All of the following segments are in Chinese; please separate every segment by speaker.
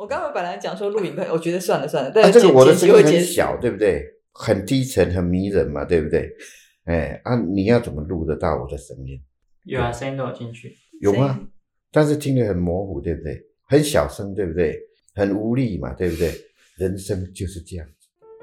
Speaker 1: 我刚刚本来讲说录影，我觉得算了，但
Speaker 2: 这个我的声音很小，对不对？很低沉，很迷人嘛，对不对？你要怎么录得到我的声音？
Speaker 3: 有啊，声音都有进去。
Speaker 2: 有吗？但是听得很模糊，对不对？很小声，对不对？很无力嘛，对不对？人生就是这样子。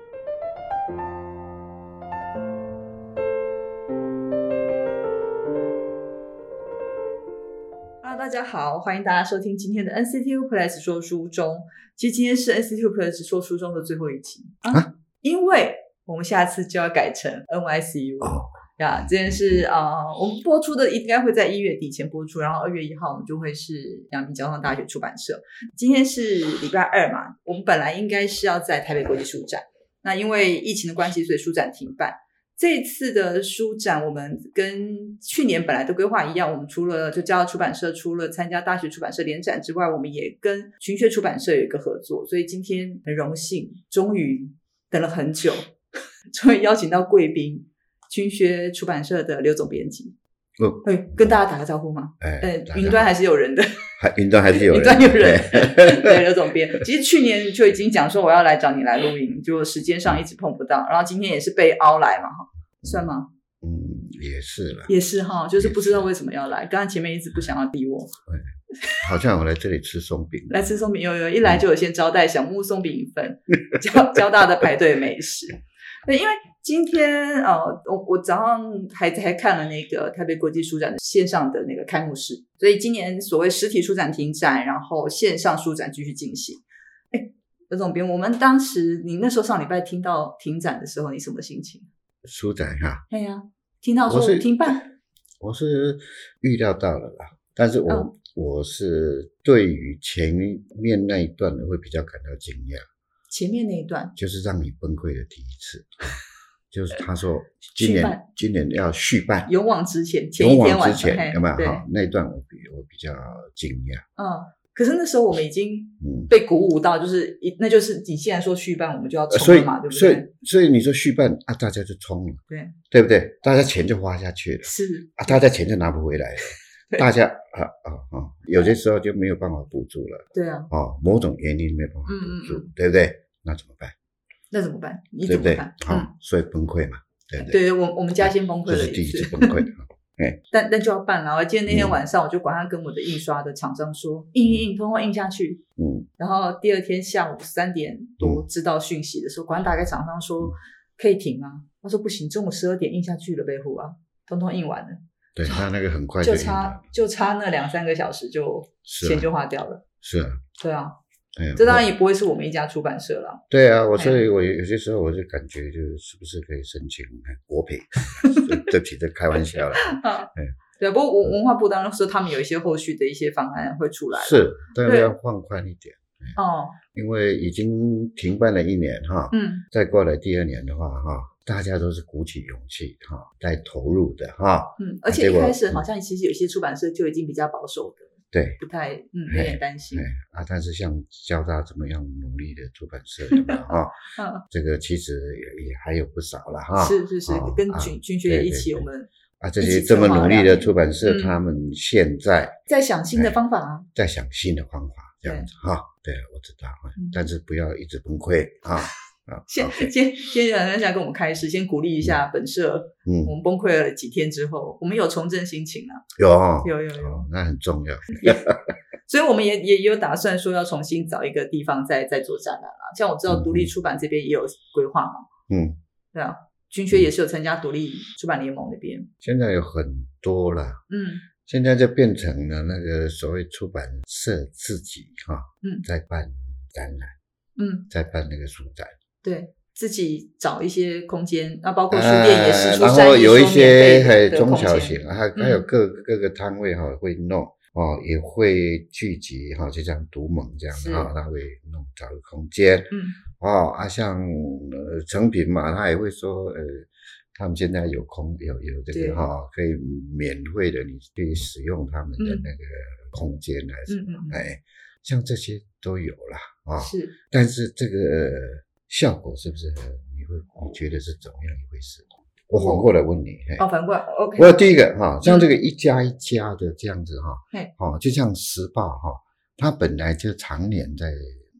Speaker 1: 大家好，欢迎大家收听今天的 NCTU Plus 说书中。其实今天是 NCTU Plus 说书中的最后一期因为我们下次就要改成 NYCU 呀。这件事我们播出的应该会在1月底前播出，然后2月1号我们就会是阳明交通大学出版社。今天是礼拜二嘛，我们本来应该是要在台北国际书展，那因为疫情的关系，所以书展停办。这一次的书展，我们跟去年本来的规划一样，我们除了就交大出版社除了参加大学出版社联展之外，我们也跟群学出版社有一个合作，所以今天很荣幸，终于等了很久，终于邀请到贵宾，群学出版社的刘总编辑。跟大家打个招呼吗？云端还是有人的，
Speaker 2: 云端还是有人，
Speaker 1: 云端有人。对，刘总编，其实去年就已经讲说我要来找你来录音，就时间上一直碰不到，然后今天也是被凹来嘛，算吗？
Speaker 2: 也是啦，
Speaker 1: 也是哈，就是不知道为什么要来，刚刚前面一直不想要逼我。
Speaker 2: 好像我来这里吃松饼，
Speaker 1: 来吃松饼，有一来就有先招待小木松饼一份，交大的排队美食。对，因为今天我早上还看了那个台北国际书展的线上的那个开幕式，所以今年所谓实体书展停展，然后线上书展继续进行。刘总编，我们当时你那时候上礼拜听到停展的时候，你什么心情？
Speaker 2: 书展哈，
Speaker 1: 对呀，听到说停办，
Speaker 2: 我是预料到了啦，但是我是对于前面那一段会比较感到惊讶。
Speaker 1: 前面那一段
Speaker 2: 就是让你崩溃的第一次，就是他说今年要续办，
Speaker 1: 勇往直前，前一天晚上
Speaker 2: 有没有？那一段我比较惊讶。
Speaker 1: 可是那时候我们已经被鼓舞到，那就是你现在说续办，我们就要冲了嘛，对不对？
Speaker 2: 所以你说续办大家就冲了，对不对？大家钱就花下去了，
Speaker 1: 是
Speaker 2: 大家钱就拿不回来了。大家有些时候就没有办法补助了，
Speaker 1: 对啊，
Speaker 2: 某种原因没有办法补助，对不对？那怎么办？你怎么办？所以崩溃嘛，对不对？
Speaker 1: 对，我们家先崩溃了一次，
Speaker 2: 这是第一次崩溃。
Speaker 1: 但就要办了。我记得那天晚上，我就管他跟我的印刷的厂商说，印，通通印下去。然后第二天下午3点多知道讯息的时候，管他打给厂商说可以停啊。他说不行，中午12点印下去了，北湖啊，通通印完了。
Speaker 2: 对，他那个很快
Speaker 1: 就差那2-3个小时就钱就花掉了。
Speaker 2: 是啊，
Speaker 1: 对啊，这当然也不会是我们一家出版社啦。
Speaker 2: 对啊，所以我有些时候我就感觉就是不是可以申请国赔，对不起，这开玩笑了。
Speaker 1: 对，不过文化部当然说他们有一些后续的一些方案会出来，
Speaker 2: 是，但是要放宽一点。因为已经停办了1年再过来第2年的话大家都是鼓起勇气在投入的
Speaker 1: 而且一开始好像其实有些出版社就已经比较保守的，
Speaker 2: 对，
Speaker 1: 不太有点担心
Speaker 2: 但是像交大这么样努力的出版社这个其实也还有不少了
Speaker 1: 是跟群学一起我们
Speaker 2: 这些这么努力的出版社他们现在
Speaker 1: 在想新的方法
Speaker 2: 在想新的方法这样子对，我知道但是不要一直崩溃先
Speaker 1: 想跟我们开始，先鼓励一下本社。我们崩溃了几天之后，我们有重振心情有，
Speaker 2: 那很重要。
Speaker 1: 所以我们也有打算说要重新找一个地方再做展览啦。像我知道独立出版这边也有规划嘛，对啊，群学也是有参加独立出版联盟那边，
Speaker 2: 现在有很多了，现在就变成了那个所谓出版社自己在办展览，在办那个书展。
Speaker 1: 对，自己找一些空间，包括书店也是出
Speaker 2: 然后有一些中小型，还有各个摊位会弄也会聚集就像独盟这样的他会找个空间像成品嘛，他也会说他们现在有这个可以免费的，你可以使用他们的那个空间还是像这些都有了
Speaker 1: 是，
Speaker 2: 但是这个效果是不是你觉得是怎么样一回事？我反过来问你
Speaker 1: 反过来 OK。
Speaker 2: 我第一个像这个一家一家的这样子就像时报它本来就常年在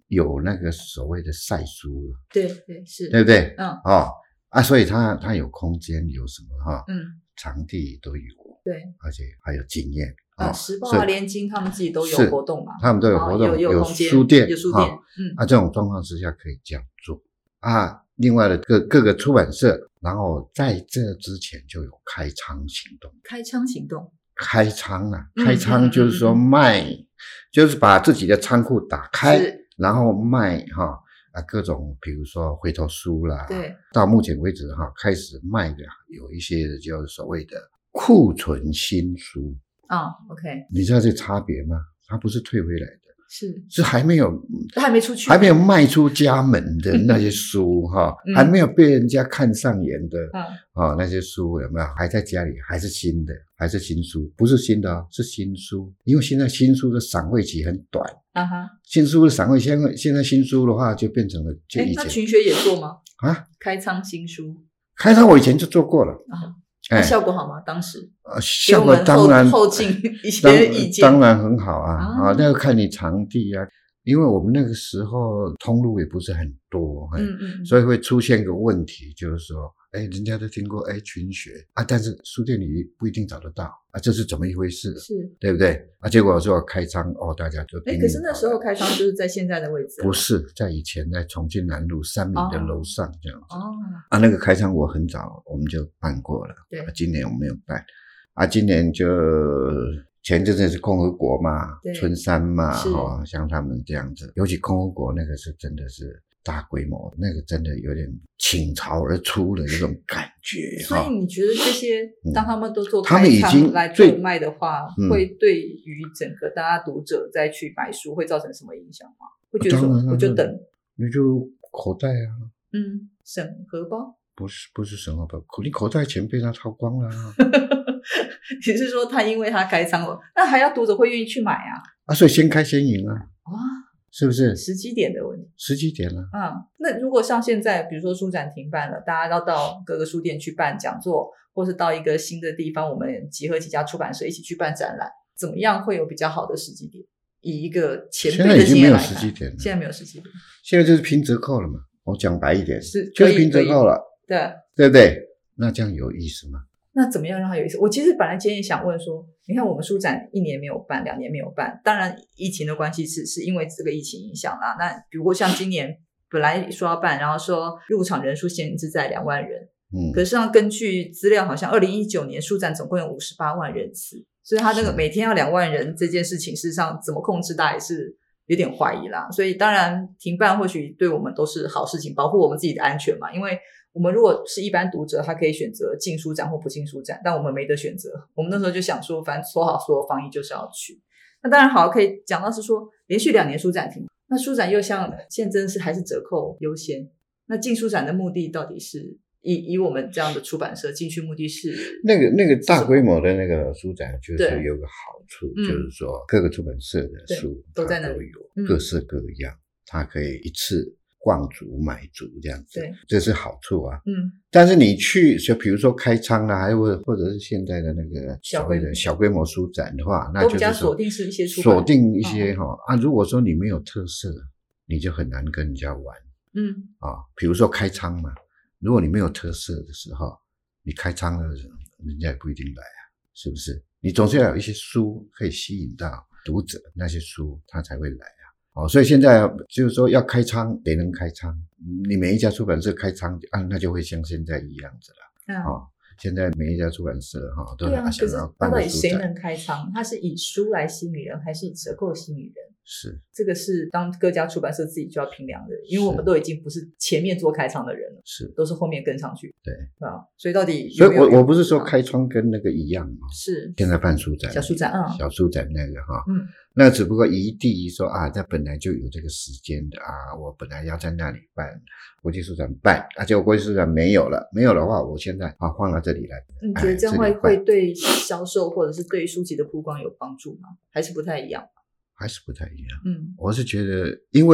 Speaker 2: 有那个所谓的晒书了，
Speaker 1: 对对是，
Speaker 2: 对不对？
Speaker 1: 嗯
Speaker 2: 所以它有空间，有什么场地都有，
Speaker 1: 对，
Speaker 2: 而且还有经验。
Speaker 1: 时报啊、联经他们自己都有活动嘛，
Speaker 2: 他们都有活动，
Speaker 1: 有
Speaker 2: 书店，
Speaker 1: 有书店，
Speaker 2: 这种状况之下可以这样做啊。另外的各个出版社，然后在这之前就有开仓行动。开仓行动，开仓啊，开仓就是说卖，就是把自己的仓库打开，然后卖各种比如说回头书啦，
Speaker 1: 对，
Speaker 2: 到目前为止开始卖的有一些就是所谓的库存新书。
Speaker 1: OK，
Speaker 2: 你知道这差别吗？它不是退回来的，是还没
Speaker 1: 出去，
Speaker 2: 还没有迈出家门的那些书还没有被人家看上眼的那些书有没有？还在家里，还是新的，还是新书，不是新的是新书，因为现在新书的赏味期很短新书的赏味，现在新书的话就变成了就以前。
Speaker 1: 那群学也做吗？开仓新书，
Speaker 2: 开仓我以前就做过了
Speaker 1: 效果好吗？当时
Speaker 2: 效果当然
Speaker 1: 后进一些意见，
Speaker 2: 当然很好那要看你场地因为我们那个时候通路也不是很多所以会出现个问题，就是说人家都听过群学但是书店里不一定找得到这是怎么一回事？是对不对结果说开仓大家就
Speaker 1: 可是那时候开仓就是在现在的位置，
Speaker 2: 不是在以前在重庆南路3米的楼上这样子那个开仓我很早我们就办过了，对今年我没有办今年就前阵子是共和国嘛，春山嘛像他们这样子，尤其共和国那个是真的是大规模，那个真的有点倾巢而出的一种感觉
Speaker 1: 所以你觉得这些当他们都做开仓来做卖的话会对于整个大家读者再去买书会造成什么影响吗？会觉得说我就等
Speaker 2: 你就口袋
Speaker 1: 省荷包？
Speaker 2: 不是省荷包，你口袋钱被他掏光了
Speaker 1: 你是说他因为他开仓了，那还要读者会愿意去买
Speaker 2: 所以先开先赢是不是
Speaker 1: 时机点的问题？
Speaker 2: 时机点了
Speaker 1: 那如果像现在比如说书展停办了，大家要到各个书店去办讲座，或是到一个新的地方，我们集合几家出版社一起去办展览，怎么样会有比较好的时机点？以一个前辈的经验来看，现在没有时机点，
Speaker 2: 现在就是拼折扣了嘛。我讲白一点，
Speaker 1: 就是
Speaker 2: 拼折扣了，对不对？那这样有意思吗？
Speaker 1: 那怎么样让它有意思？我其实本来今天想问说，你看我们书展1年没有办，2年没有办，当然疫情的关系是因为这个疫情影响啦。那比如说像今年本来说要办，然后说入场人数限制在2万人，可是根据资料好像2019年书展总共有58万人次，所以他那个每天要2万人这件事情事实上怎么控制大家也是有点怀疑啦。所以当然停办或许对我们都是好事情，保护我们自己的安全嘛，因为我们如果是一般读者他可以选择进书展或不进书展，但我们没得选择，我们那时候就想说反正说好所有防疫就是要去。那当然好可以讲到是说连续2年书展停，那书展又像现在真的是还是折扣优先，那进书展的目的到底是以我们这样的出版社进去目的是
Speaker 2: 那个大规模的那个书展就是有个好处就是说各个出版社的书
Speaker 1: 都在那里
Speaker 2: 有各式各样它可以一次逛足买足这样子，这是好处但是你去就比如说开仓啦，还有或者是现在的那个所谓的小规模书展的话，那就是
Speaker 1: 都比较锁定是一些出版
Speaker 2: 锁定一些如果说你没有特色你就很难跟人家玩比如说开仓嘛，如果你没有特色的时候你开仓了人家也不一定来是不是？你总是要有一些书可以吸引到读者，那些书他才会来所以现在就是说要开仓得能开仓，你每一家出版社开仓那就会像现在一样子了现在每一家出版社都想要办个书展。到底
Speaker 1: 谁能开仓？它是以书来吸引人还是以折扣吸引人？
Speaker 2: 是
Speaker 1: 这个是当各家出版社自己就要评量的，因为我们都已经不是前面做开仓的人了，都是后面跟上去。对所以到底
Speaker 2: 所以我不是说开仓跟那个一样
Speaker 1: 是
Speaker 2: 现在办书展
Speaker 1: 小书展
Speaker 2: 小书展那个那只不过一地说它本来就有这个时间的我本来要在那里办国际书展办结果国际书展没有了的话我现在换到这里来。
Speaker 1: 你觉得这样会对销售或者是对书籍的曝光有帮助吗？还是不太一样？
Speaker 2: 还是不太一样我是觉得因为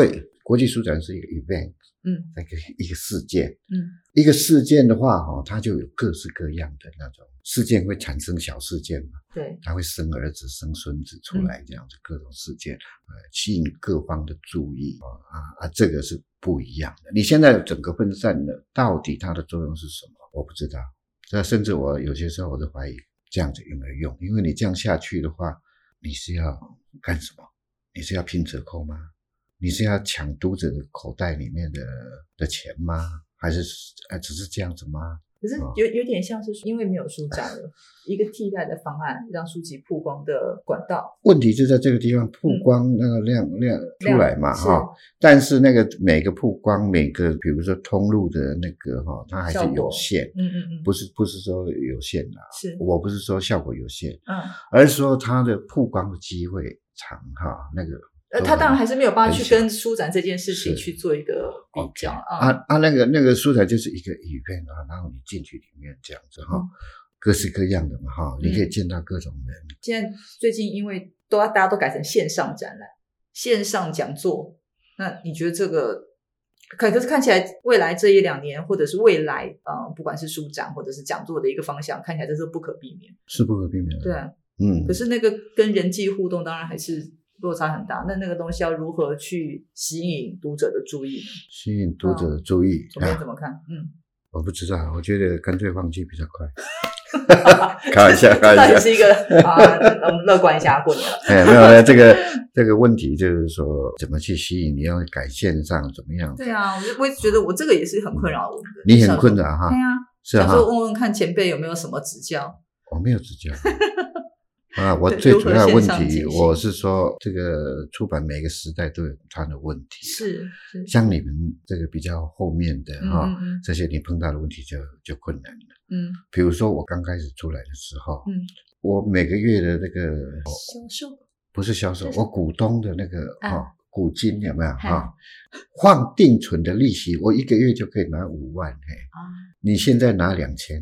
Speaker 2: 国际书展是一个 event， 一个事件，
Speaker 1: 嗯，
Speaker 2: 一个事件的话它就有各式各样的那种事件，会产生小事件嘛，
Speaker 1: 对，
Speaker 2: 它会生儿子生孙子出来这样子，各种事件吸引各方的注意这个是不一样的。你现在整个分散了，到底它的作用是什么？我不知道。甚至我有些时候我都怀疑这样子有没有用，因为你这样下去的话，你是要干什么？你是要拼折扣吗？你是要抢读者的口袋里面的钱吗？还是只是这样子吗？
Speaker 1: 可是有点像是因为没有书展了，一个替代的方案让书籍曝光的管道。
Speaker 2: 问题就在这个地方，曝光那个量出来嘛但是那个每个曝光每个比如说通路的那个它还是有限，不是说有限啦，
Speaker 1: 是
Speaker 2: 我不是说效果有限，而是说它的曝光的机会长那个。
Speaker 1: 他当然还是没有办法去跟书展这件事情去做一个比较
Speaker 2: 那个书展就是一个event然后你进去里面这样子各式各样的嘛你可以见到各种人。
Speaker 1: 现在最近因为大家都改成线上展览、线上讲座，那你觉得这个可是看起来未来这1-2年，或者是未来不管是书展或者是讲座的一个方向，看起来这是不可避免，
Speaker 2: 是不可避免的。
Speaker 1: 对可是那个跟人际互动当然还是落差很大，那个东西要如何去吸引读者的注意呢？
Speaker 2: 吸引读者的注意，
Speaker 1: 总编怎么看？
Speaker 2: 我不知道，我觉得干脆放弃比较快。开玩笑，
Speaker 1: 那也是一个我们乐观一下，过年了。
Speaker 2: 没有这个问题就是说怎么去吸引，你要改线上怎么样？
Speaker 1: 对啊，我也觉得我这个也是很困扰我的。
Speaker 2: 你很困扰哈？
Speaker 1: 对啊，
Speaker 2: 是啊。
Speaker 1: 想说问问看前辈有没有什么指教？
Speaker 2: 我没有指教。我最主要的问题，我是说这个出版每个时代都有它的问题，
Speaker 1: 是
Speaker 2: 像你们这个比较后面的这些你碰到的问题就困难了。比如说我刚开始出来的时候，我每个月的那个
Speaker 1: 销售
Speaker 2: 不是销售，我股东的那个股金有没有放定存的利息，我一个月就可以拿5万你现在拿2000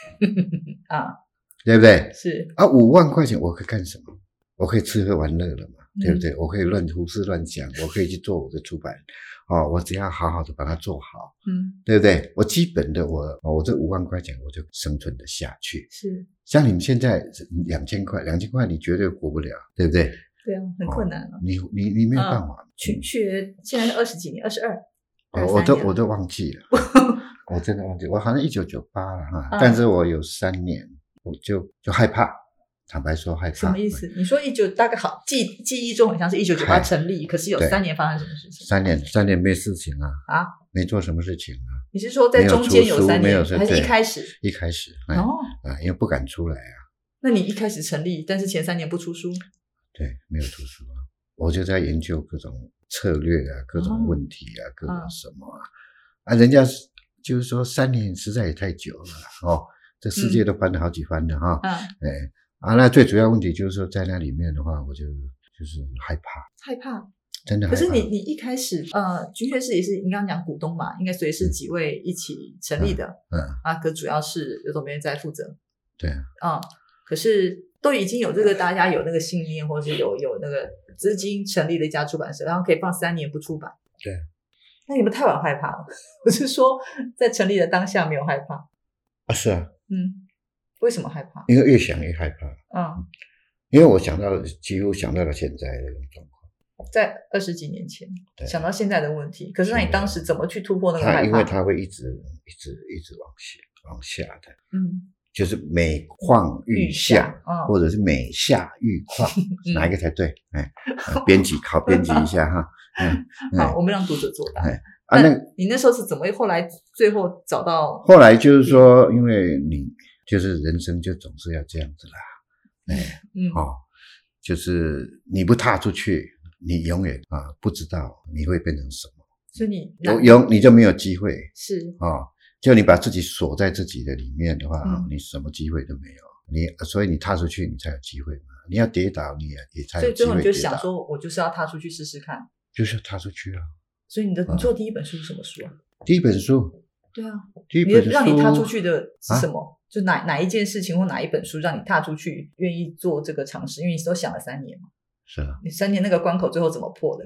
Speaker 2: 对不对？
Speaker 1: 是
Speaker 2: 5万块钱我可以干什么？我可以吃喝玩乐了嘛，对不对？我可以胡思乱想，我可以去做我的出版我只要好好的把它做好，对不对？我基本的我这5万块钱我就生存得下去。
Speaker 1: 是
Speaker 2: 像你们现在2000块你绝对活不了，对不对？
Speaker 1: 对啊，很困难
Speaker 2: 你没有办法。
Speaker 1: 去现在是20几年，22
Speaker 2: 我都忘记了。我真的忘记，我好像1998了但是我有3年我就害怕，坦白说害怕。
Speaker 1: 什么意思？你说大概好记忆中很像是1998成立，可是有3年发生什么事情
Speaker 2: ？3年没事情没做什么事情
Speaker 1: 你是说在中间有3年，还是一开始？
Speaker 2: 一开始因为不敢出来
Speaker 1: 那你一开始成立，但是前3年不出书？
Speaker 2: 对，没有出书我就在研究各种策略各种问题各种什么人家就是说3年实在也太久了这世界都翻了好几番了那最主要问题就是说在那里面的话，我就是害怕，真的害怕。
Speaker 1: 可是你一开始君轩室也是你刚刚讲股东嘛，应该所以是几位一起成立的可主要是刘总编在负责。
Speaker 2: 对
Speaker 1: 可是都已经有这个大家有那个信念，或是有那个资金成立的一家出版社，然后可以放3年不出版。
Speaker 2: 对，
Speaker 1: 那你们太晚害怕了。我是说在成立的当下没有害怕
Speaker 2: 是啊
Speaker 1: 为什么害怕？
Speaker 2: 因为越想越害怕因为我几乎想到了现在的状况，
Speaker 1: 在20几年前想到现在的问题，可是那你当时怎么去突破那个害怕？
Speaker 2: 因为它会一直往下的就是每况愈下或者是每下愈况哪一个才对编辑一下
Speaker 1: 好，我们让读者作答你那时候是怎么后来最后找到？
Speaker 2: 后来就是说因为你就是人生就总是要这样子啦就是你不踏出去你永远不知道你会变成什么，
Speaker 1: 所以
Speaker 2: 你就没有机会
Speaker 1: 是
Speaker 2: 就你把自己锁在自己的里面的话你什么机会都没有，所以你踏出去你才有机会嘛，你要跌倒你也才有机会跌倒。所以
Speaker 1: 最后你就想说我就是要踏出去试试看，
Speaker 2: 就是要踏出去
Speaker 1: 所以你做第一本书是什么书
Speaker 2: 第一本书
Speaker 1: 对
Speaker 2: 第一本书
Speaker 1: 让你踏出去的是什么就哪一件事情或哪一本书让你踏出去愿意做这个尝试？因为你都想了3年嘛。
Speaker 2: 是
Speaker 1: 你3年那个关口最后怎么破的？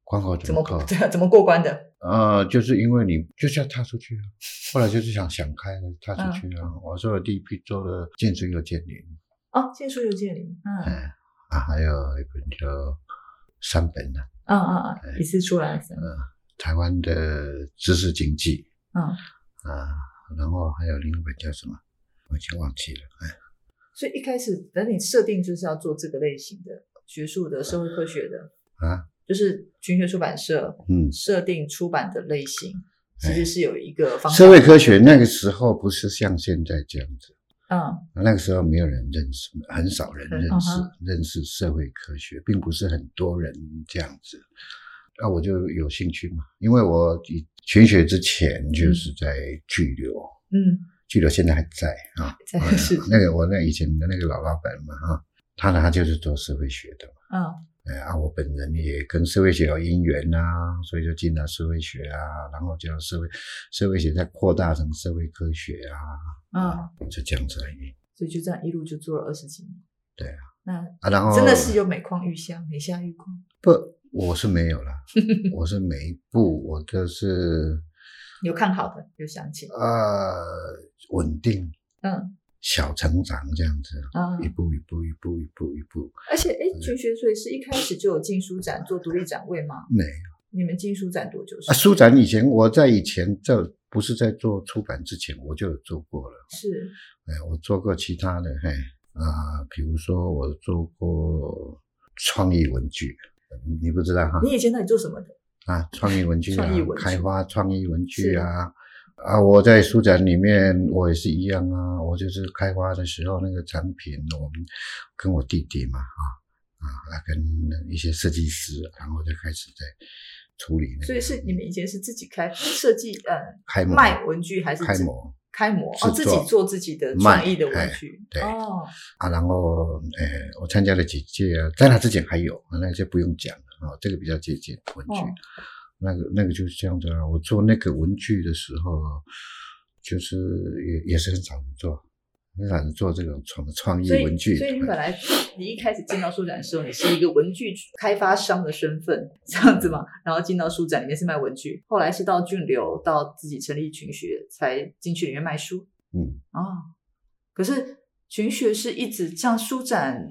Speaker 2: 关口怎么扣？
Speaker 1: 怎么过关的？
Speaker 2: 就是因为你就是要踏出去啊，后来就是想开了踏出去啊。我做了第一批做了《剑书又剑灵》
Speaker 1: 哦，《剑书又剑灵》
Speaker 2: 还有一本叫三本的
Speaker 1: 一次出来
Speaker 2: 台湾的知识经济然后还有另一本叫什么我已经忘记了
Speaker 1: 所以一开始等你设定就是要做这个类型的学术的社会科学的就是群学出版社设定出版的类型其实是有一个方向。
Speaker 2: 社会科学那个时候不是像现在这样子那个时候没有人认识，很少人认识社会科学，并不是很多人这样子。我就有兴趣嘛，因为我群学之前就是在巨流，巨流现在还在
Speaker 1: 是
Speaker 2: 那个我以前的那个老板嘛他就是做社会学的嘛我本人也跟社会学有因缘所以就进了社会学然后就社会学再扩大成社会科学就这样子而已。
Speaker 1: 所以就这样一路就做了20几年。
Speaker 2: 对
Speaker 1: 那
Speaker 2: 然后
Speaker 1: 真的是有每况愈下，每下愈况？
Speaker 2: 不，我是没有啦我是每一步我都是
Speaker 1: 有看好的，有想起
Speaker 2: 稳定小成长这样子一步一步。
Speaker 1: 而且群学所以是一开始就有进书展做独立展位吗？
Speaker 2: 没有。
Speaker 1: 你们进书展多久？
Speaker 2: 书展以前我在以前这不是在做出版之前我就有做过了。
Speaker 1: 是
Speaker 2: 我做过其他的比如说我做过创意文具，你不知道
Speaker 1: 你以前到底做什么的
Speaker 2: 创意文具开发创意文具
Speaker 1: 我
Speaker 2: 在书展里面我也是一样我就是开发的时候那个产品我们跟我弟弟嘛跟一些设计师然后就开始在处理
Speaker 1: 所以是你们以前是自己设计
Speaker 2: 开模
Speaker 1: 卖文具还是开模自己做自己的创意的文具
Speaker 2: 对然后我参加了几届在那之前还有那就不用讲了这个比较接近文具那个就是这样子我做那个文具的时候就是也是很少人做这种创意文具。
Speaker 1: 所以你一开始进到书展的时候你是一个文具开发商的身份这样子嘛，然后进到书展里面是卖文具，后来是到俊流到自己成立群学才进去里面卖书可是群学是一直像书展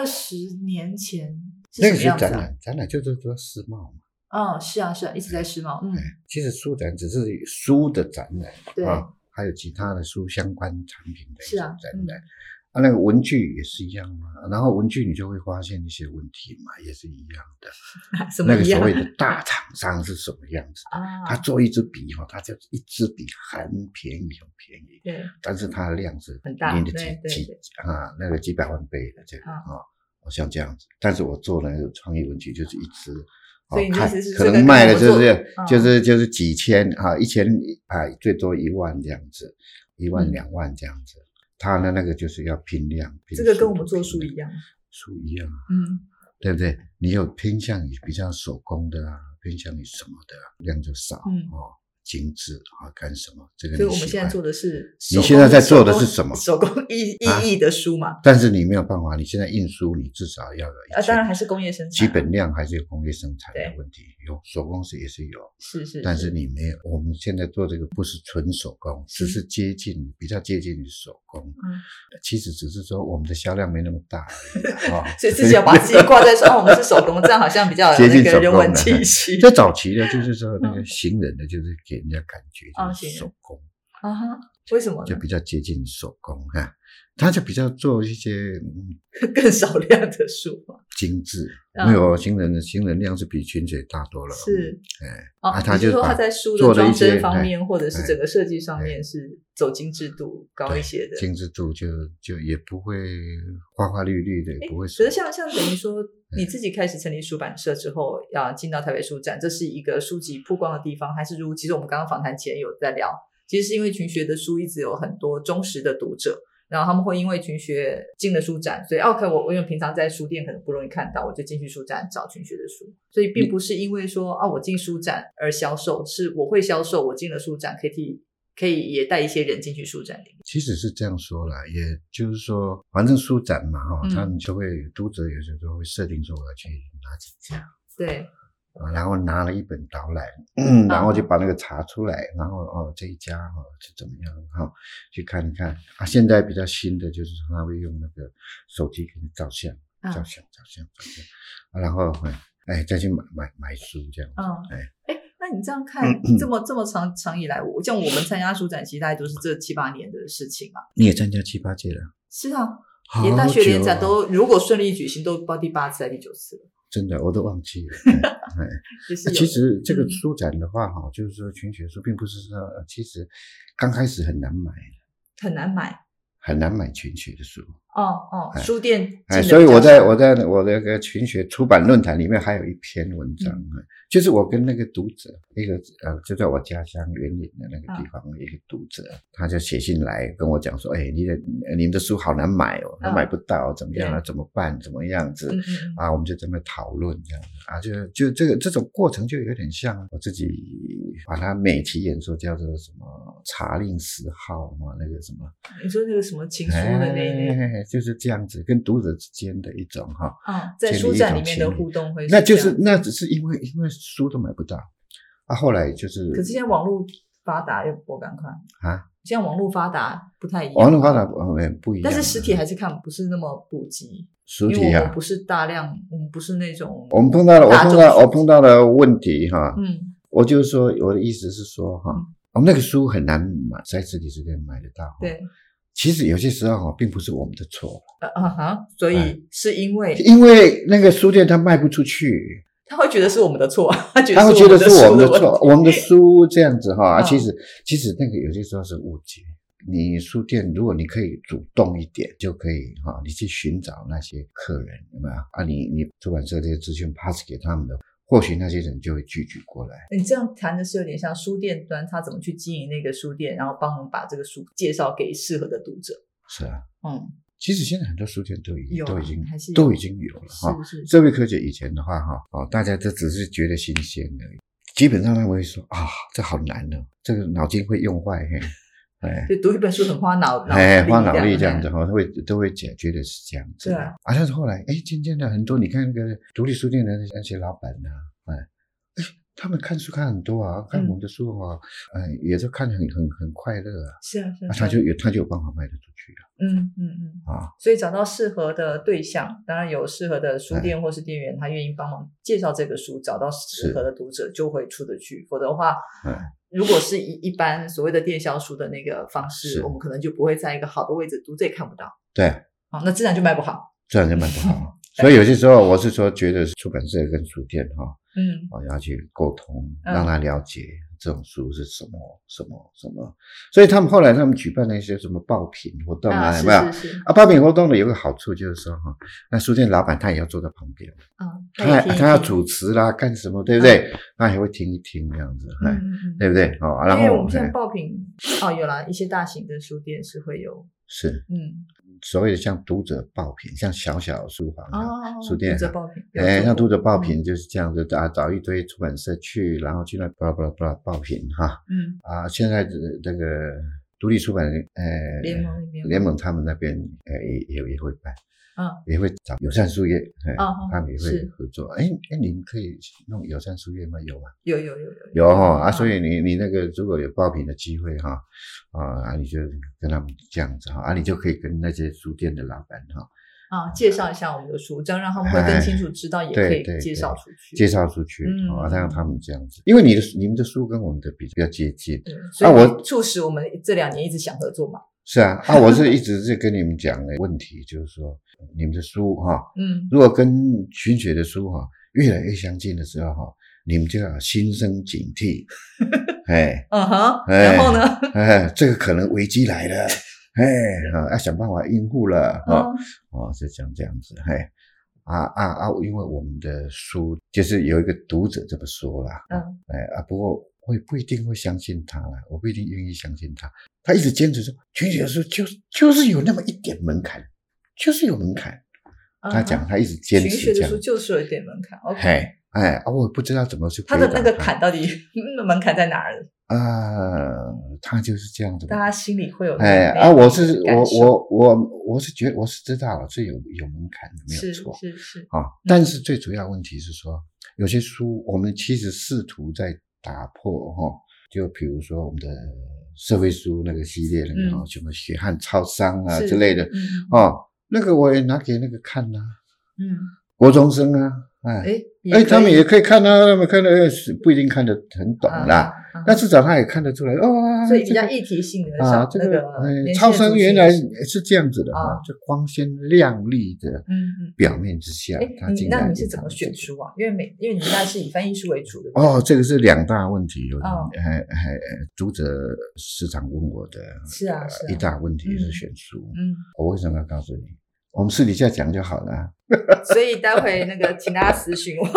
Speaker 1: 20年前是什么样子
Speaker 2: 那个是展览就是做世贸嘛
Speaker 1: 是啊一直在世贸
Speaker 2: 其实书展只是书的展览
Speaker 1: 对
Speaker 2: 还有其他的书相关产品的一种展览那个文具也是一样嘛，然后文具你就会发现一些问题嘛，也是一样的
Speaker 1: 什么一样
Speaker 2: 那个所谓的大厂商是什么样子他做一支笔他就一支笔很便宜
Speaker 1: 对，
Speaker 2: 但是它的量是
Speaker 1: 很大
Speaker 2: 那个几百万倍的这个像这样子，但是我做的那个创意文具就是一支
Speaker 1: 所以你是
Speaker 2: 可能卖的就是几千1000最多1万这样子，1万2万这样子。他的那个就是要拼量，
Speaker 1: 这个跟我们做书一样，
Speaker 2: 对不对？你有偏向于比较手工的偏向于什么的量就少精致干什么？这个
Speaker 1: 所以我们现在做的是
Speaker 2: 你现在在做的是什么？
Speaker 1: 手工意义的书嘛。
Speaker 2: 但是你没有办法，你现在印书，你至少要有
Speaker 1: 当然还是工业生产，
Speaker 2: 基本量还是有工业生产的问题，有手工也是有，
Speaker 1: 是，
Speaker 2: 但是你没有。我们现在做这个不是纯手工，只是比较接近于手工。其实只是说我们的销量没那么大
Speaker 1: 所以自己要把自己挂在说我们是手工，这样好像比较有那个人文气息。
Speaker 2: 在早期的就是说那个行人的，就是给人家感觉就是手工
Speaker 1: 为什么呢？
Speaker 2: 就比较接近手工他就比较做一些
Speaker 1: 更少量的书嘛，
Speaker 2: 精致没有行人量是比群学大多了
Speaker 1: 是
Speaker 2: 他就
Speaker 1: 说他在书的装帧方面或者是整个设计上面是走精致度高一些的，
Speaker 2: 精致度就也不会花花绿绿的也不会
Speaker 1: 可是像等于说你自己开始成立出版社之后要进到台北书展，这是一个书籍曝光的地方，还是其实我们刚刚访谈前有在聊，其实是因为群学的书一直有很多忠实的读者，然后他们会因为群学进了书展，所以OK我因为平常在书店可能不容易看到，我就进去书展找群学的书，所以并不是因为说我进书展而销售，是我会销售，我进了书展可以也带一些人进去书展里面。
Speaker 2: 其实是这样说啦，也就是说反正书展嘛他们就会读者有时候会设定说我要去哪几家，
Speaker 1: 对，
Speaker 2: 然后拿了一本导览，然后就把那个查出来，然后这一家是怎么样去看一看啊。现在比较新的就是他会用那个手机给你照相，然后再去买书这样子。
Speaker 1: 那你这样看这么长以来，像我们参加书展，其实大概都是这7、8年的事情嘛。
Speaker 2: 你也参加7、8届了？
Speaker 1: 是啊，连大学联展都如果顺利举行，都到第8次还是第9次了。
Speaker 2: 真的我都忘记了。其实这个书展的话就是说群学书并不是说其实刚开始很难买群学的书。
Speaker 1: 书店
Speaker 2: 所以我在那个群学出版论坛里面还有一篇文章，就是我跟那个读者，一个就在我家乡园林的那个地方一个读者，他就写信来跟我讲说，你们的书好难买都买不到，怎么样啊，怎么办，怎么样子我们就这么讨论这样子就这种过程就有点像我自己把它美其言说叫做什么茶令10号嘛，那个什么，
Speaker 1: 你说那个什么情书的那一类，
Speaker 2: 就是这样子跟读者之间的一种
Speaker 1: 在书展里面的互动会
Speaker 2: 那只是因为书都买不到后来就是，
Speaker 1: 可是现在网络发达又不赶快现在网络发达不太一样，
Speaker 2: 网络发达不一样，
Speaker 1: 但是实体还是不是那么普及。
Speaker 2: 实体
Speaker 1: 因为我们不是大量，我们不是那种
Speaker 2: 我碰到的问题我就是说我的意思是说那个书很难买，在实体书店买得到。
Speaker 1: 对。
Speaker 2: 其实有些时候并不是我们的错，
Speaker 1: 所以是因为
Speaker 2: 那个书店它卖不出去，
Speaker 1: 他会觉得是我们的错，
Speaker 2: 他会觉得是我们的错，我们的书这样子其实那个有些时候是误解。你书店如果你可以主动一点，就可以你去寻找那些客人，有没有你出版社这些资讯 pass 给他们的，或许那些人就会聚集过来。
Speaker 1: 你这样谈的是有点像书店端他怎么去经营那个书店，然后帮我们把这个书介绍给适合的读者。
Speaker 2: 是啊，其实现在很多书店都已经有了
Speaker 1: 是
Speaker 2: 社会科学以前的话大家都只是觉得新鲜而已，基本上他们会说这好难这个脑筋会用坏
Speaker 1: 就读一本书很花脑
Speaker 2: 力这样子都会觉得是这样子。对但是后来渐渐的很多，你看那个独立书店的那些老板他们看书看很多看我们的书也是看很快乐
Speaker 1: 是
Speaker 2: 他就有办法卖得出去了。
Speaker 1: 所以找到适合的对象，当然有适合的书店或是店员，他愿意帮忙介绍这个书，找到适合的读者就会出得去。否则的话如果是一般所谓的电销书的那个方式，我们可能就不会在一个好的位置，读者也看不到。
Speaker 2: 对，
Speaker 1: 那自然就卖不好。
Speaker 2: 所以有些时候我是说觉得出版社跟书店要去沟通，让他了解这种书是什么。所以他们后来举办那些什么报品活动有没有？报品活动的有个好处就是说那书店老板他也要坐在旁边他要主持啦干什么，对不对？他也会听一听这样子对不对？然后
Speaker 1: 因为我们现在报品有啦，一些大型的书店是会有
Speaker 2: 所谓的像读者报品，像小书房书店
Speaker 1: 读者报品
Speaker 2: 像读者报品就是这样子找一堆出版社去，然后去那巴拉巴拉巴拉报品现在这个独立出版联盟他们那边也会办也会找友善书业他们也会合作。你们可以弄友善书业吗？有吗？有所以你那个如果有报品的机会你就跟他们这样子你就可以跟那些书店的老板
Speaker 1: 介绍一下我们的书，这样让他们会更清楚知道，也可以介绍出去让他们这样子，因为你们的书跟我们的比较接近， 所以我促使我们这2年一直想合作嘛。
Speaker 2: 是我是一直是跟你们讲的问题，就是说你们的书如果跟群学的书越来越相近的时候你们就要心生警惕
Speaker 1: 然后呢
Speaker 2: 这个可能危机来了要想办法应付了是这样子因为我们的书就是有一个读者这么说啦不过不一定会相信他啦，我不一定愿意相信他一直坚持说群学的书就是有那么一点门槛，就是有门槛他讲他一直坚持
Speaker 1: 群学的书就是有一点门槛我
Speaker 2: 不知道怎么去
Speaker 1: 他的那个坎到底门槛在哪儿
Speaker 2: 他就是这样子。
Speaker 1: 大家心里会有
Speaker 2: 我是觉得我是知道是有门槛的，没有错。
Speaker 1: 是
Speaker 2: 但是最主要问题是说，有些书我们其实试图在打破就比如说我们的社会书那个系列那个什么血汗超商啊之类的那个我也拿给那个看啊，国中生啊，他们也可以看啊，他们看的不一定看得很懂啦，但至少他也看得出来
Speaker 1: 所以比较议题性的
Speaker 2: 这个超商原来是这样子的就光鲜亮丽的表面之下，
Speaker 1: 那你是怎么选书啊？因为你应该是以翻译书为主的。
Speaker 2: 这个是2大问题，读者时常问我的一大问题是选书。我为什么要告诉你？我们私底下讲就好了。
Speaker 1: 所以待会请大家私讯我。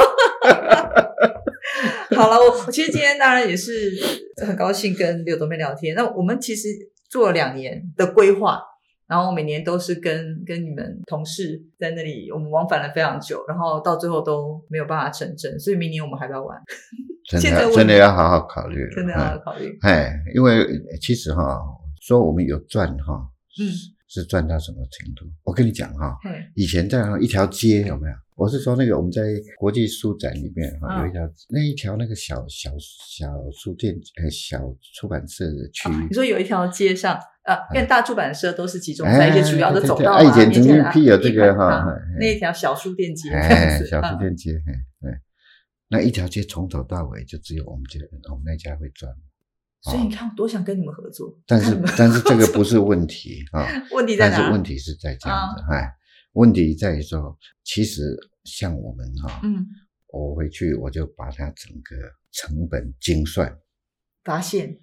Speaker 1: 好了，我其实今天当然也是很高兴跟刘董妹聊天。那我们其实做了2年的规划，然后每年都是跟你们同事在那里，我们往返了非常久，然后到最后都没有办法成真，所以明年我们还要不要玩？
Speaker 2: 真的要好好考虑了，
Speaker 1: 真的要好好考虑。
Speaker 2: 因为其实说我们有赚是赚到什么程度？我跟你讲以前在一条街有没有？我是说那个我们在国际书展里面有一条那个小书店小出版社的区域。
Speaker 1: 你说有一条街上因为大出版社都是集中在一些主要的走道
Speaker 2: 以前曾经辟有这个
Speaker 1: 那一条小书店街
Speaker 2: 小书店街那一条街从头到尾就只有我们那家会赚。
Speaker 1: 所以你看我多想跟你们合作，
Speaker 2: 但是这个不是问题
Speaker 1: 问题在哪？
Speaker 2: 但是问题是在这样子问题在于说，其实像我们我回去我就把它整个成本精算，发现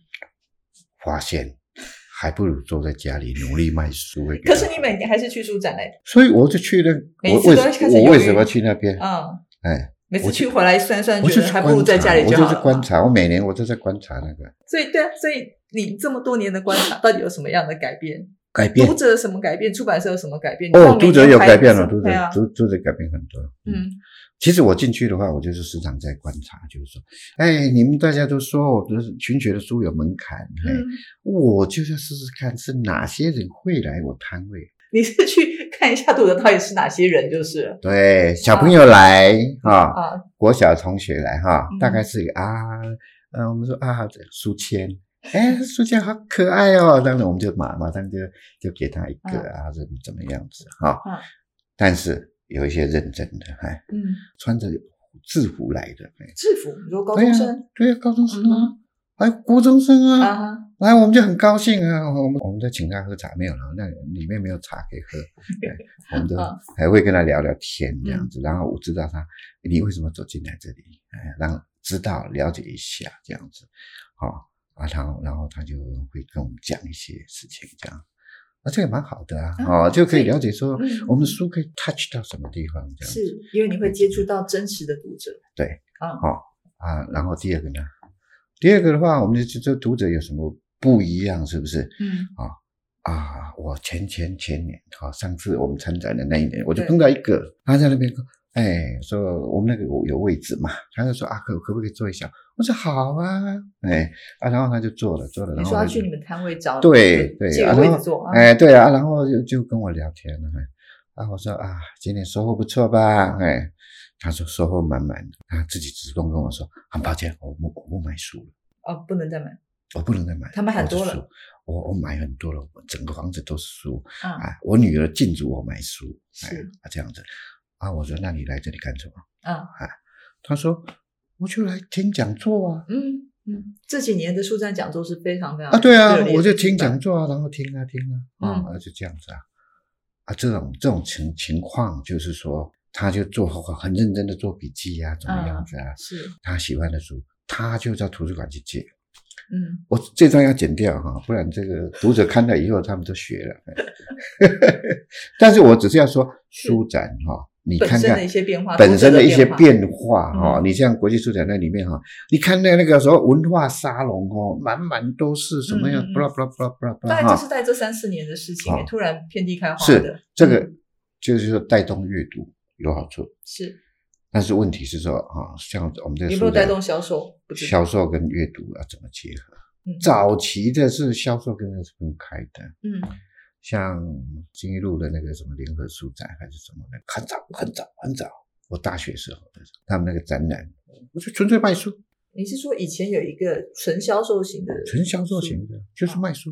Speaker 2: 还不如坐在家里努力卖书。
Speaker 1: 可是你每年还是去书展嘞，
Speaker 2: 所以我就去了。我为什么要去那边？
Speaker 1: 每次去回来算觉得还不如在家里就好了。
Speaker 2: 我就是观察，我每年我都在观察那个。
Speaker 1: 所以你这么多年的观察，到底有什么样的改变？读者有什么改变？出版社有什么改变？
Speaker 2: 读者有改变了，读者改变很多。其实我进去的话，我就是时常在观察，就是说，你们大家都说我的群学的书有门槛，我就要试试看是哪些人会来我摊位。
Speaker 1: 你是去看一下读者到底是哪些人，就是了。
Speaker 2: 对，小朋友来国小同学来大概是我们说书签，书签好可爱哦，当然我们就马上就给他一个怎么样子但是有一些认真的穿着制服来的。
Speaker 1: 制服？你说高中生？
Speaker 2: 对高中生国中生来我们就很高兴我们就请他喝茶，没有了，那里面没有茶可以喝。我们都还会跟他聊聊天这样子，然后我知道你为什么走进来这里，然后知道了解一下这样子然后他就会跟我们讲一些事情这样。这也蛮好的就可以了解说我们的书可以 touch 到什么地方这样子。
Speaker 1: 是因为你会接触到真实的读者。
Speaker 2: 对然后第二个的话，我们就读者有什么不一样，是不是？我前年上次我们参展的那一年，我就碰到一个，他在那边说我们那个有位置嘛，他就说可不可以坐一下？我说好啊，然后他就坐了，然后
Speaker 1: 你说要去你们摊位找
Speaker 2: 对
Speaker 1: 借个位置坐
Speaker 2: 对然后就跟我聊天了我说今天收获不错吧？他说收获满满的，他自己主动跟我说很抱歉，我不买书了。
Speaker 1: 不能再买。
Speaker 2: 我不能再买，
Speaker 1: 他买很多了。
Speaker 2: 我买很多了，我整个房子都是书我女儿禁止我买书，这样子我说那你来这里干什么？他说我就来听讲座
Speaker 1: 这几年的书展讲座是非常非常
Speaker 2: 对我就听讲座然后听就这样子这种情况就是说，他就很认真的做笔记怎么样子
Speaker 1: 是
Speaker 2: 他喜欢的书，他就到图书馆去借。我这张要剪掉不然这个读者看到以后他们都学了。但是我只是要说书展你看看本身的一些变化你像国际书展那里面你看那个时候文化沙龙满满都是什么样
Speaker 1: 大概就是在这3-4年的事情突然遍地开花的。
Speaker 2: 是这个就是说带动阅读有好处，
Speaker 1: 是，
Speaker 2: 但是问题是说像我们这个
Speaker 1: 有没有带动销售？
Speaker 2: 销售跟阅读要怎么结合？ 早期的是销售跟那是分开的，像金一路的那个什么联合书展还是什么的，很早，我大学时候的他们那个展览，我就纯粹卖书。
Speaker 1: 你是说以前有一个纯销售型的？
Speaker 2: 纯销售型的，就是卖书。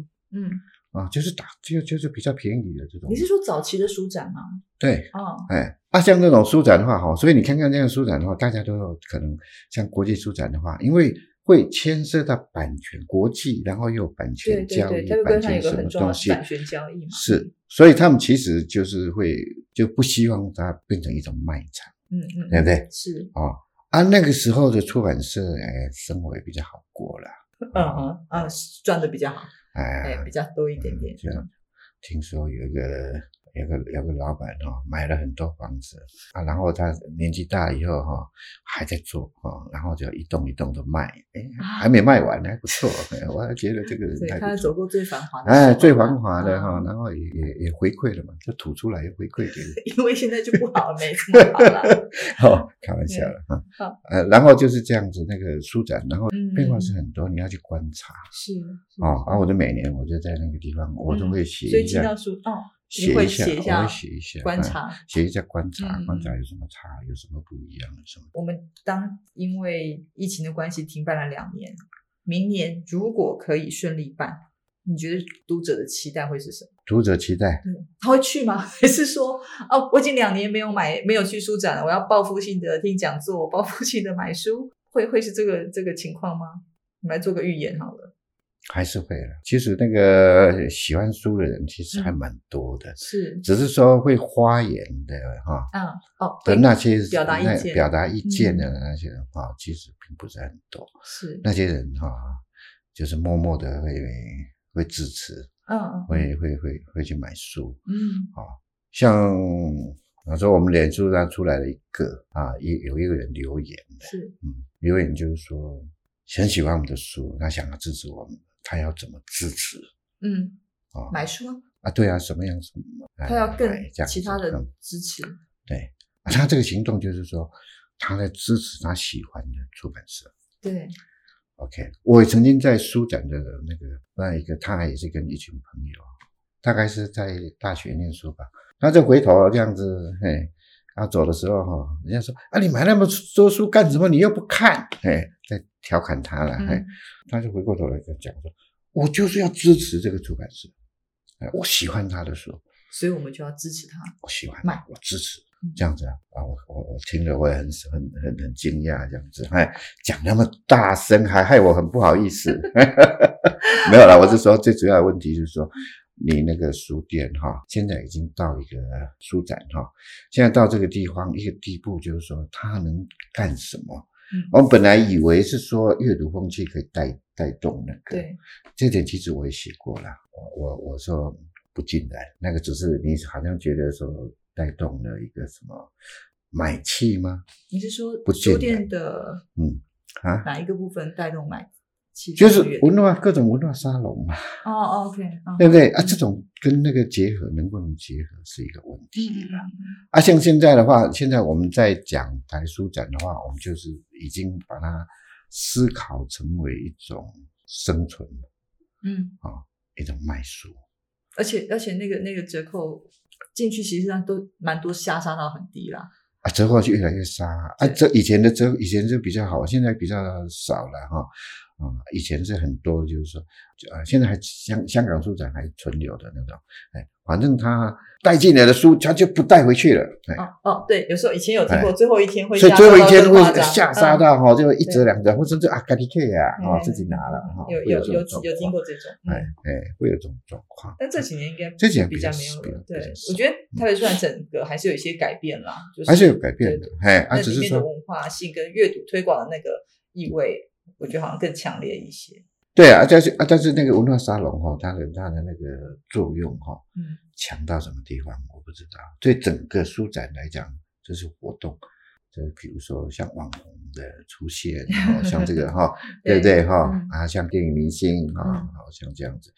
Speaker 2: 就是比较便宜的这种。
Speaker 1: 你是说早期的书展吗？
Speaker 2: 对，像这种书展的话，所以你看看这样书展的话，大家都有可能像国际书展的话，因为会牵涉到版权，国际，然后又有版权交易，版权什么东西，
Speaker 1: 版权交易嘛，
Speaker 2: 是，所以他们其实就是就不希望它变成一种卖场，对不对？
Speaker 1: 是
Speaker 2: 那个时候的出版社，生活也比较好过啦，
Speaker 1: 赚的比较好，比较多一点点。
Speaker 2: 听说有个老板买了很多房子然后他年纪大以后还在做然后就一栋一栋的卖，还没卖完还不错，我还觉得这个人还不错。
Speaker 1: 他走过最繁华的
Speaker 2: 最繁华的然后也回馈了嘛，就吐出来也回馈给你。
Speaker 1: 因为现在就不好了，没这么好了。
Speaker 2: 开玩笑了然后就是这样子，那个书展，然后变化是很多，你要去观察。
Speaker 1: 是
Speaker 2: 我就每年我就在那个地方，我都会写一下。
Speaker 1: 所以进到书
Speaker 2: 写一下，我会写一下
Speaker 1: 观察，
Speaker 2: 写一下观察有什么差，有什么不一样的什么。
Speaker 1: 我们因为疫情的关系停办了2年，明年如果可以顺利办，你觉得读者的期待会是什么？
Speaker 2: 读者期待，
Speaker 1: 他会去吗？还是说我已经2年没有去书展了，我要报复性的听讲座，报复性的买书，会是这个情况吗？我们来做个预言好了。
Speaker 2: 还是会了。其实那个喜欢书的人其实还蛮多的，
Speaker 1: 是，
Speaker 2: 只是说会发言的的那些表达意见的那些人其实并不是很多。 是那些人就是默默的会支持，会去买书，像说我们脸书上出来了一个有一个人留言的，
Speaker 1: 是，
Speaker 2: 留言就是说很喜欢我们的书，他想要支持我们。他要怎么支持？
Speaker 1: 买书
Speaker 2: 对啊，什么样子？
Speaker 1: 他要更其他的支持。
Speaker 2: 对他这个行动就是说，他在支持他喜欢的出版社。
Speaker 1: 对
Speaker 2: ，OK， 我曾经在书展的那一个，他也是跟一群朋友，大概是在大学念书吧，他就回头这样子，要走的时候人家说你买那么多书干什么？你又不看，在调侃他了，他就回过头来跟讲说，我就是要支持这个出版社，我喜欢他的书，
Speaker 1: 所以我们就要支持他，
Speaker 2: 我喜欢买，我支持，这样子我听了我也很惊讶，这样子，讲那么大声，还害我很不好意思，没有啦，我是说最主要的问题就是说。你那个书店现在已经到一个书展现在到这个地方一个地步，就是说它能干什么？我们本来以为是说阅读风气可以带动那个，
Speaker 1: 对，
Speaker 2: 这点其实我也写过了，我说不尽然，那个只是你好像觉得说带动了一个什么买气吗？
Speaker 1: 你是说书店的哪一个部分带动买？
Speaker 2: 就是各种文化沙龙嘛。
Speaker 1: OK，
Speaker 2: 对不对这种跟那个结合能不能结合是一个问题了。像现在的话，现在我们在讲台书展的话，我们就是已经把它思考成为一种生存，一种卖书，而
Speaker 1: 且那个折扣进去，其实上都蛮多下杀到很低啦。
Speaker 2: 折扣就越来越杀以前就比较好，现在比较少了以前是很多，就是说现在还香港书展还存留的那种，反正他带进来的书他就不带回去了。
Speaker 1: 对，有时候以前有听过最后一天会
Speaker 2: 下杀到，所以最后一天会下杀到就1折2折，或甚至咖喱 K 自己拿了
Speaker 1: 有听过这种，
Speaker 2: 会有这种状况。
Speaker 1: 但这几年应该比较没有了。对，我觉得台北书展整个还是有一些改变啦，
Speaker 2: 还是有改变的。
Speaker 1: 那里面的文化性跟阅读推广的那个意味，我觉得好像更强烈一些。
Speaker 2: 对但是那个文化沙龙它的那个作用强到什么地方我不知道。对整个书展来讲，这是活动，就是比如说像网红的出现像这个对不对像电影明星像这样子，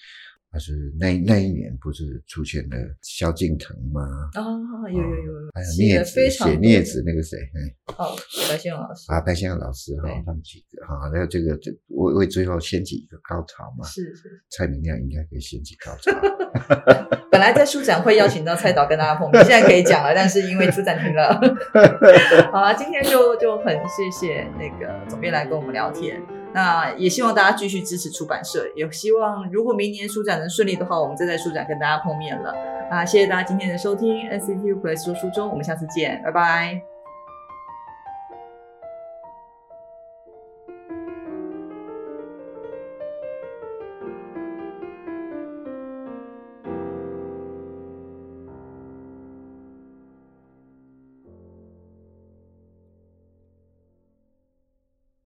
Speaker 2: 但是那一年不是出现了萧敬腾吗？
Speaker 1: 有，
Speaker 2: 还有镊子写镊子那个谁？
Speaker 1: 白先勇老师
Speaker 2: 白先勇老师他们几个然后这个为最后掀起一个高潮嘛。
Speaker 1: 是
Speaker 2: 蔡明亮应该可以掀起高潮。
Speaker 1: 本来在书展会邀请到蔡导跟大家碰面，现在可以讲了，但是因为书展停了。好了，今天就很谢谢那个总编来跟我们聊天。那也希望大家继续支持出版社，也希望如果明年书展能顺利的话，我们再在书展跟大家碰面了。谢谢大家今天的收听 NCTU Plus 说书中，我们下次见，拜拜。